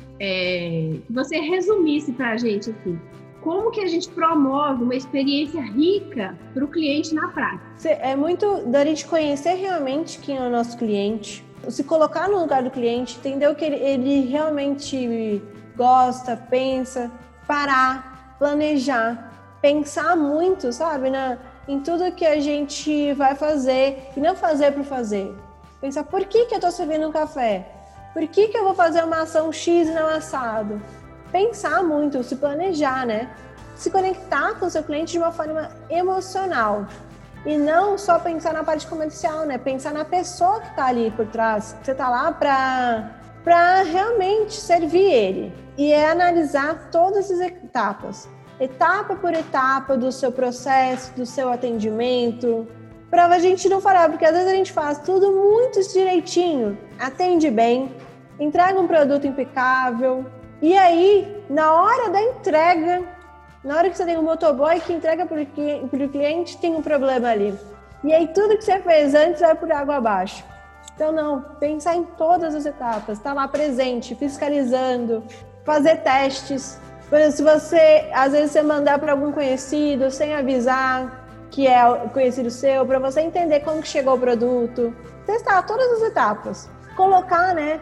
é, que você resumisse para a gente assim, como que a gente promove uma experiência rica para o cliente na prática. É muito da gente conhecer realmente quem é o nosso cliente, se colocar no lugar do cliente, entender o que ele, ele realmente gosta, pensa, parar, planejar, pensar muito, sabe, na, em tudo que a gente vai fazer e não fazer por fazer. Pensar, por que que eu estou servindo um café? Por que que eu vou fazer uma ação X e não assado? Pensar muito, se planejar, né? se conectar com o seu cliente de uma forma emocional. E não só pensar na parte comercial, né? Pensar na pessoa que está ali por trás. Você está lá para para realmente servir ele. E é analisar todas as etapas. Etapa por etapa do seu processo, do seu atendimento. Para a gente não falar, porque às vezes a gente faz tudo muito direitinho. Atende bem, entrega um produto impecável. E aí, na hora da entrega, na hora que você tem um motoboy que entrega para o cliente, tem um problema ali. E aí tudo que você fez antes vai por água abaixo. Então não, pensar em todas as etapas, estar lá presente, fiscalizando, fazer testes. Por exemplo, se você, às vezes você mandar para algum conhecido sem avisar que é conhecido seu, para você entender como que chegou o produto. Testar todas as etapas. Colocar, né,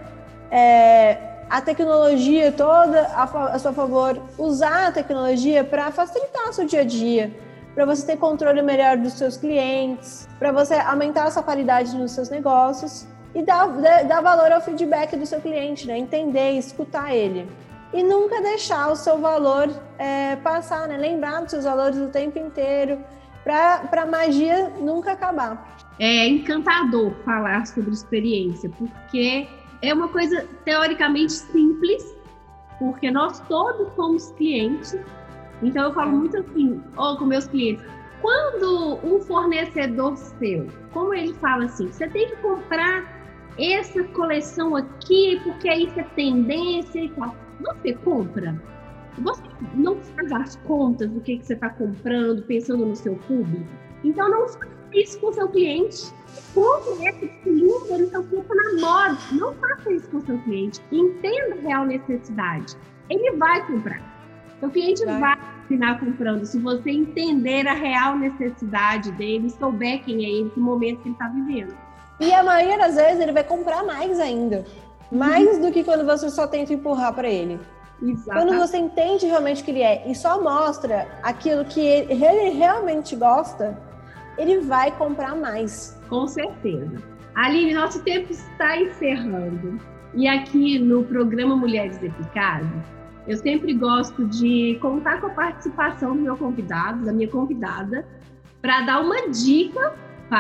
é, a tecnologia toda a, a seu favor, usar a tecnologia para facilitar o seu dia a dia, para você ter controle melhor dos seus clientes, para você aumentar a sua qualidade nos seus negócios e dar, dar valor ao feedback do seu cliente, né? Entender e escutar ele. E nunca deixar o seu valor é, passar, né? Lembrar dos seus valores o tempo inteiro, para a magia nunca acabar. É encantador falar sobre experiência, porque é uma coisa teoricamente simples, porque nós todos somos clientes. Então eu falo muito assim, ó, com meus clientes, quando um fornecedor seu, como ele fala assim, você tem que comprar essa coleção aqui, porque aí isso é tendência e tal. Você compra? Você não faz as contas do que, que você está comprando, pensando no seu público? Então não faça isso com o seu cliente. Compre esse cilindro, ele só fica na moda. Não faça isso com o seu cliente. Entenda a real necessidade. Ele vai comprar. O cliente vai. vai continuar comprando se você entender a real necessidade dele, souber quem é ele, que momento que ele está vivendo. E a maioria das vezes ele vai comprar mais ainda. Mais uhum. do que quando você só tenta empurrar para ele. Exato. Quando você entende realmente o que ele é e só mostra aquilo que ele, ele realmente gosta, ele vai comprar mais. Com certeza. Aline, nosso tempo está encerrando. E aqui no programa Mulheres Eficazes, eu sempre gosto de contar com a participação do meu convidado, da minha convidada, para dar uma dica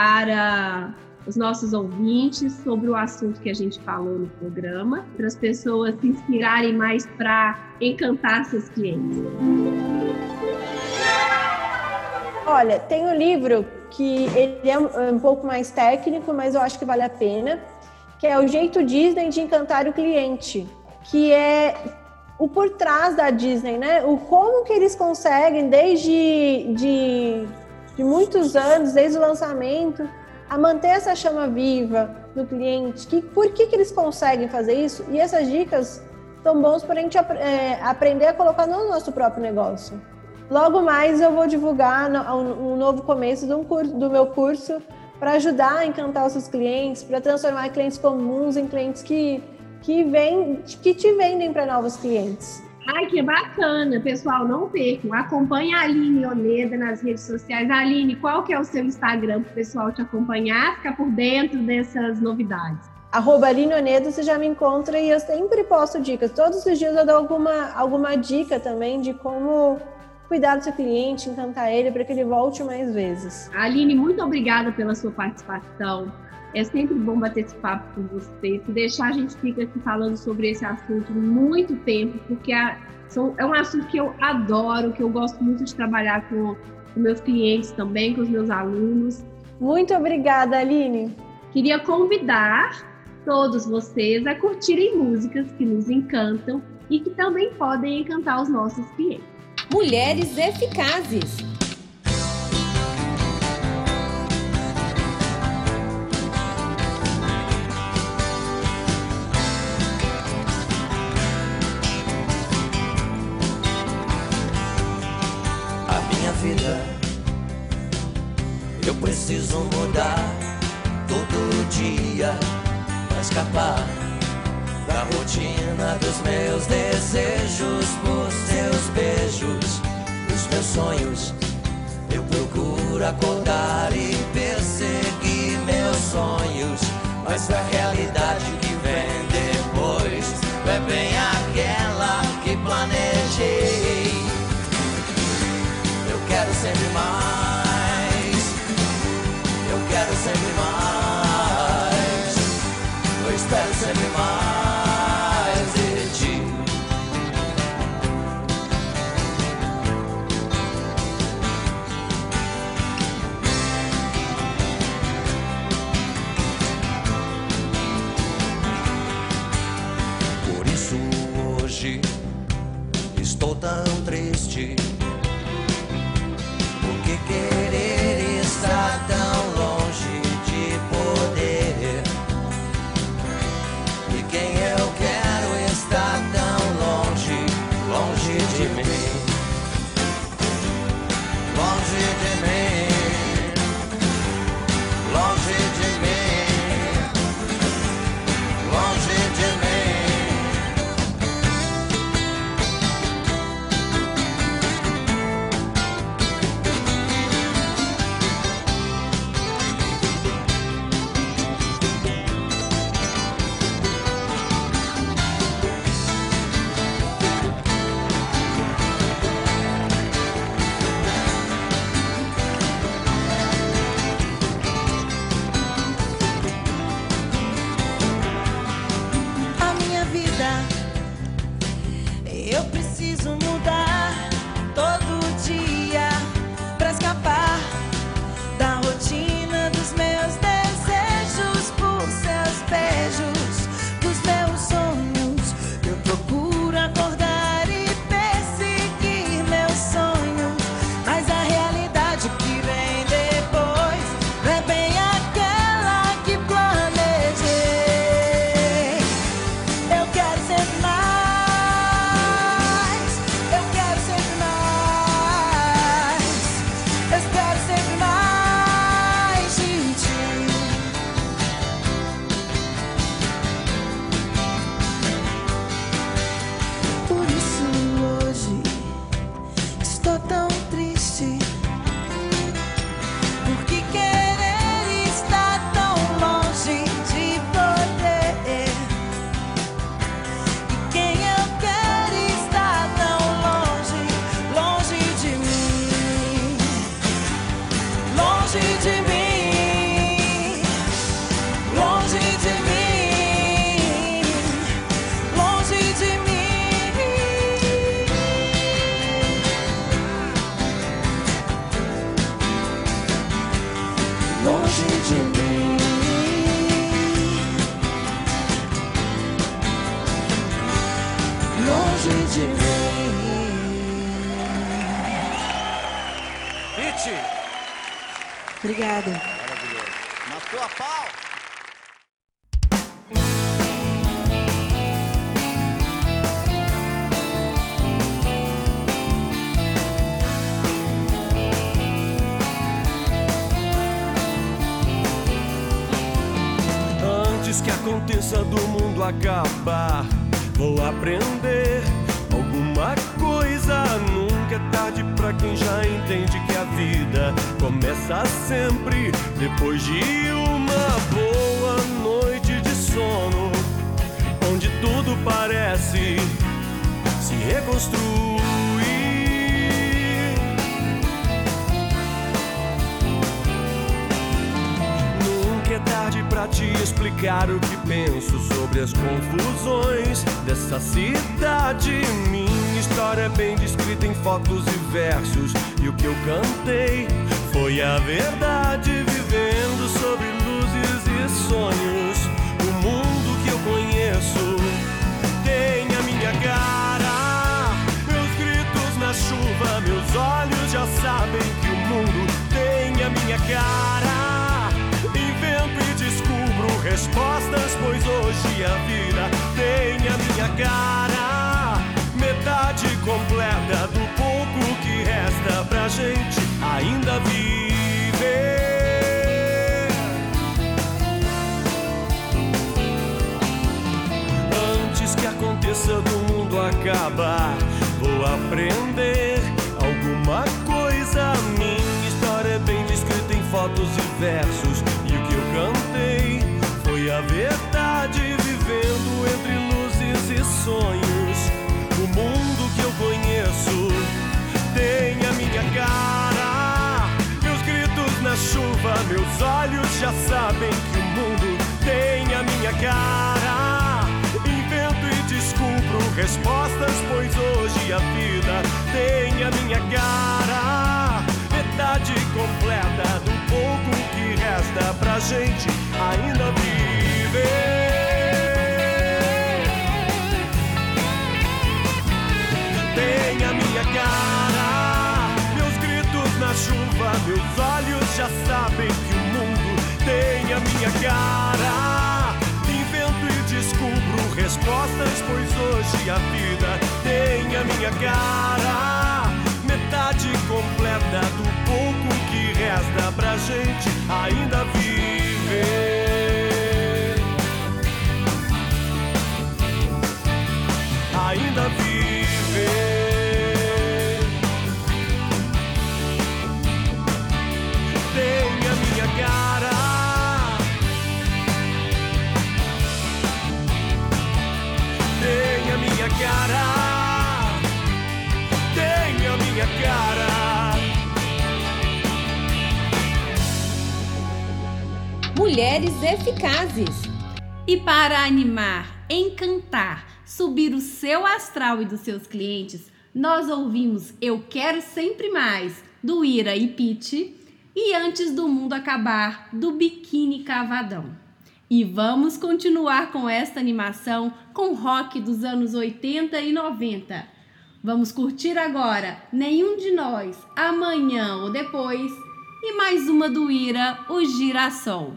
para os nossos ouvintes sobre o assunto que a gente falou no programa, para as pessoas se inspirarem mais para encantar seus clientes. Olha, tem um livro que ele é um pouco mais técnico, mas eu acho que vale a pena, que é O Jeito Disney de Encantar o Cliente, que é o por trás da Disney, né? O como que eles conseguem, desde de, de muitos anos, desde o lançamento, a manter essa chama viva no cliente. Que, por que, que eles conseguem fazer isso? E essas dicas são bons para a gente é, aprender a colocar no nosso próprio negócio. Logo mais eu vou divulgar um, um novo começo de um curso, do meu curso para ajudar a encantar os seus clientes, para transformar clientes comuns em clientes que, que, vem, que te vendem para novos clientes. Ai, que bacana! Pessoal, não percam. Acompanhe a Aline Oneda nas redes sociais. Aline, qual que é o seu Instagram para o pessoal te acompanhar, ficar por dentro dessas novidades? Arroba Aline Oneda, você já me encontra e eu sempre posto dicas. Todos os dias eu dou alguma, alguma dica também de como cuidar do seu cliente, encantar ele para que ele volte mais vezes. Aline, muito obrigada pela sua participação. É sempre bom bater esse papo com você. Se deixar, a gente fica aqui falando sobre esse assunto muito tempo, porque é, são, é um assunto que eu adoro, que eu gosto muito de trabalhar com, com meus clientes também, com os meus alunos. Muito obrigada, Aline. Queria convidar todos vocês a curtirem músicas que nos encantam e que também podem encantar os nossos clientes. Mulheres Eficazes. Vida, eu preciso mudar todo dia pra escapar da rotina dos meus desejos, por seus beijos, os meus sonhos. Eu procuro acordar e perseguir meus sonhos, mas a realidade que vem depois é bem aquela que planejei. sempre mais. Eu quero sempre mais. Eu espero sempre mais de ti. Por isso hoje estou tão triste, porque querer estar tão longe de poder. E quem eu quero está tão longe, longe de mim, longe de mim, longe de mim, longe de mim. Eu preciso mudar todo dia pra escapar da rotina dos meus desejos, por seus beijos, dos meus sonhos. Eu procuro acordar e perseguir meus sonhos, mas a realidade que vem depois não é bem aquela que planejei. Eu quero sempre mais. Tão triste, porque querer está tão longe de poder. E quem eu quero está tão longe, longe de mim, longe de mim, longe de mim, longe de mim. Longe de mim, longe de mim. Pitty! Obrigada. Maravilhoso. Matou a pau! Antes que aconteça do mundo acabar, vou aprender alguma coisa. Nunca é tarde pra quem já entende que a vida começa sempre depois de uma boa noite de sono, onde tudo parece se reconstruir. É tarde pra te explicar o que penso sobre as confusões dessa cidade. Minha história é bem descrita em fotos e versos, e o que eu cantei foi a verdade, vivendo sobre luzes e sonhos. O mundo que eu conheço tem a minha cara, meus gritos na chuva, meus olhos já sabem que o mundo tem a minha cara. Invento e descubro respostas, pois hoje a vida tem a minha cara. Metade completa do pouco que resta pra gente ainda viver. Antes que aconteça do mundo acabar, vou aprender alguma coisa. Minha história é bem descrita em fotos e versos, e o que eu cantei foi a verdade, vivendo entre luzes e sonhos. O mundo que eu conheço tem a minha cara. meus olhos já sabem que o mundo tem a minha cara. Invento e descubro respostas, pois hoje a vida tem a minha cara. Metade completa do pouco que resta pra gente ainda viver. Tem a minha cara, meus gritos na chuva, meus olhos já sabem que o mundo tem a minha cara. Invento e descubro respostas, pois hoje a vida tem a minha cara. Metade completa do pouco que resta pra gente ainda viver. Ainda viver. Tem a minha cara. Tem a minha cara. Tem a minha cara. Mulheres eficazes. E para animar, encantar, subir o seu astral e dos seus clientes, nós ouvimos Eu Quero Sempre Mais, do Ira e Pete, e Antes do Mundo Acabar, do Biquíni Cavadão. E vamos continuar com esta animação com rock dos anos oitenta e noventa. Vamos curtir agora Nenhum de Nós, Amanhã ou Depois, e mais uma do Ira, O Girassol.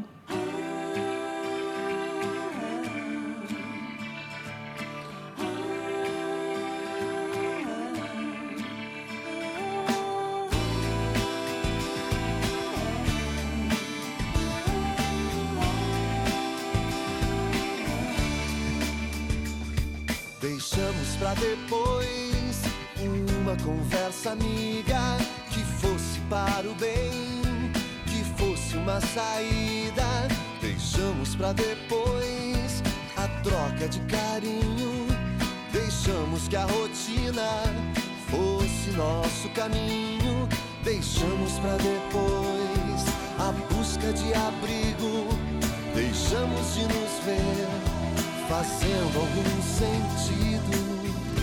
Deixamos pra depois uma conversa amiga que fosse para o bem, que fosse uma saída. Deixamos pra depois a troca de carinho. Deixamos que a rotina fosse nosso caminho. Deixamos pra depois a busca de abrigo. Deixamos de nos ver fazendo algum sentido.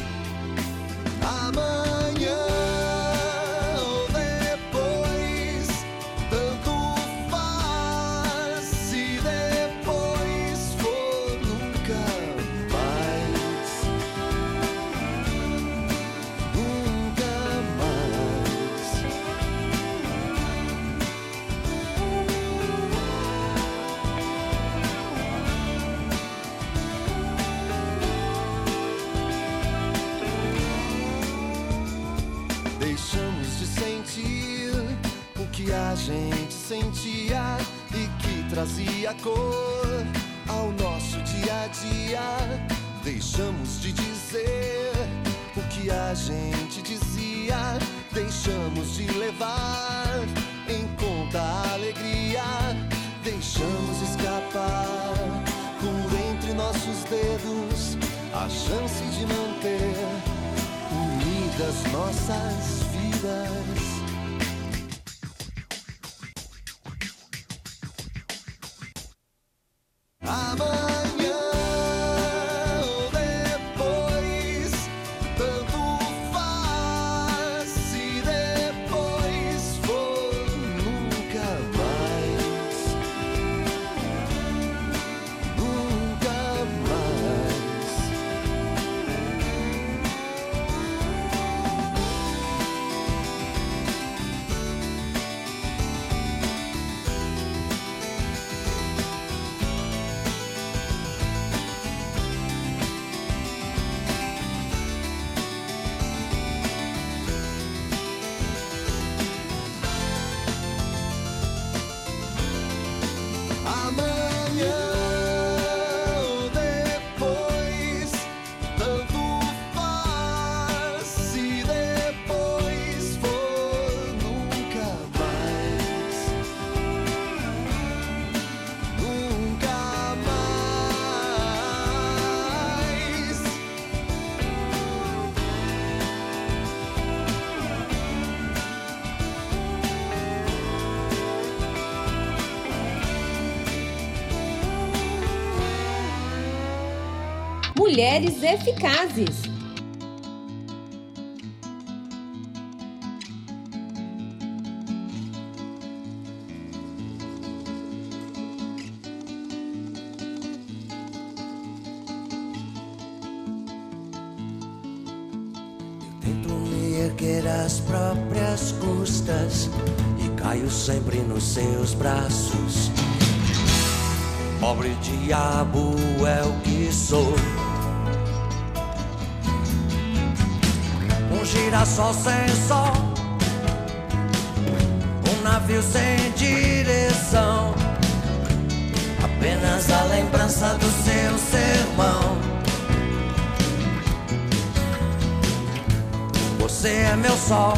Amanhã ou depois, tanto faz. Se depois for nunca mais, nunca mais. Deixamos de sentir o que a gente sentia e que trazia cor ao nosso dia a dia. Deixamos de dizer o que a gente dizia. Deixamos de levar em conta a alegria. Deixamos escapar por entre nossos dedos a chance de manter unidas nossas vidas. Amanhã ou depois, tanto faz. Se depois for nunca mais, nunca mais. Mulheres Eficazes. Tento me erguer às próprias custas e caio sempre nos seus braços. Pobre diabo é o que sou. Um girassol sem sol, um navio sem direção, apenas a lembrança do seu sermão. Você é meu sol,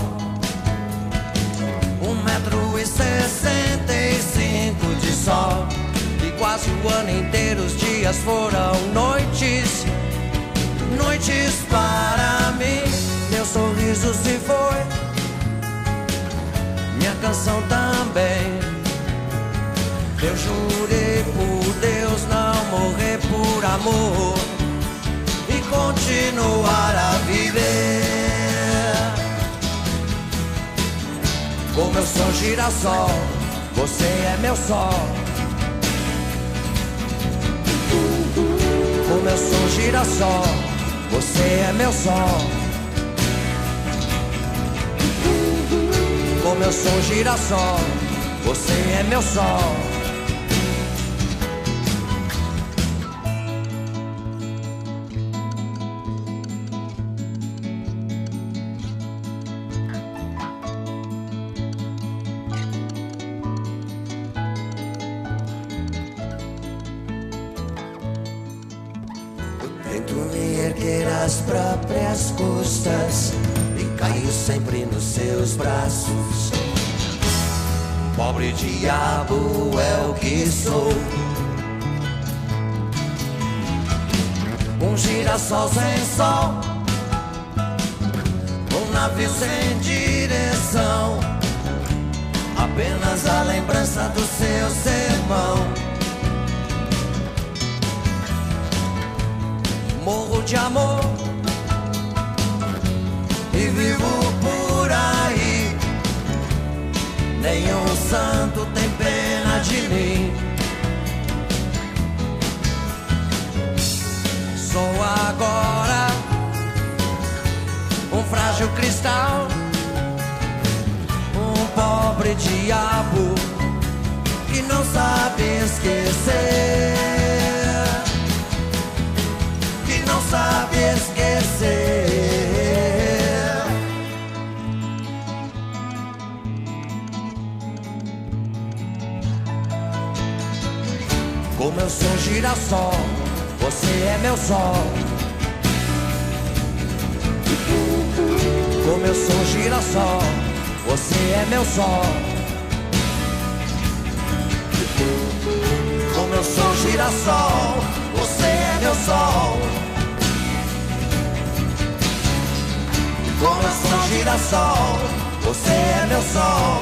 um metro e sessenta e cinco de sol, e quase o ano inteiro os dias foram noites, noites para mim. Meu sorriso se foi, minha canção também. Eu jurei por Deus não morrer por amor e continuar a viver. Como eu sou girassol, você é meu sol. Como eu sou girassol, você é meu sol. Como eu sou girassol, você é meu sol. Tento me erguer às próprias custas e caio sempre nos seus braços. Pobre diabo é o que sou. Um girassol sem sol, um navio sem direção, apenas a lembrança do seu sermão. Morro de amor e vivo por aí. Nenhum santo tem pena de mim. Sou agora um frágil cristal, um pobre diabo que não sabe esquecer, que não sabe esquecer. Como eu sou girassol, você é meu sol. Como eu sou girassol, você é meu sol. Como eu sou girassol, você é meu sol. Como eu sou girassol, você é meu sol.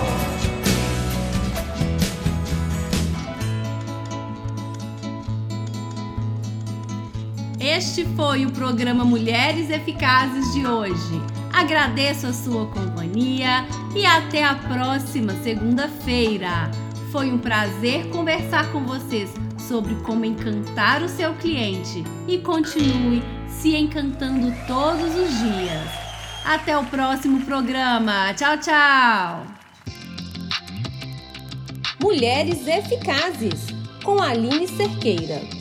Este foi o programa Mulheres Eficazes de hoje. Agradeço a sua companhia e até a próxima segunda-feira. Foi um prazer conversar com vocês sobre como encantar o seu cliente e continue se encantando todos os dias. Até o próximo programa. Tchau, tchau! Mulheres Eficazes, com Aline Cerqueira.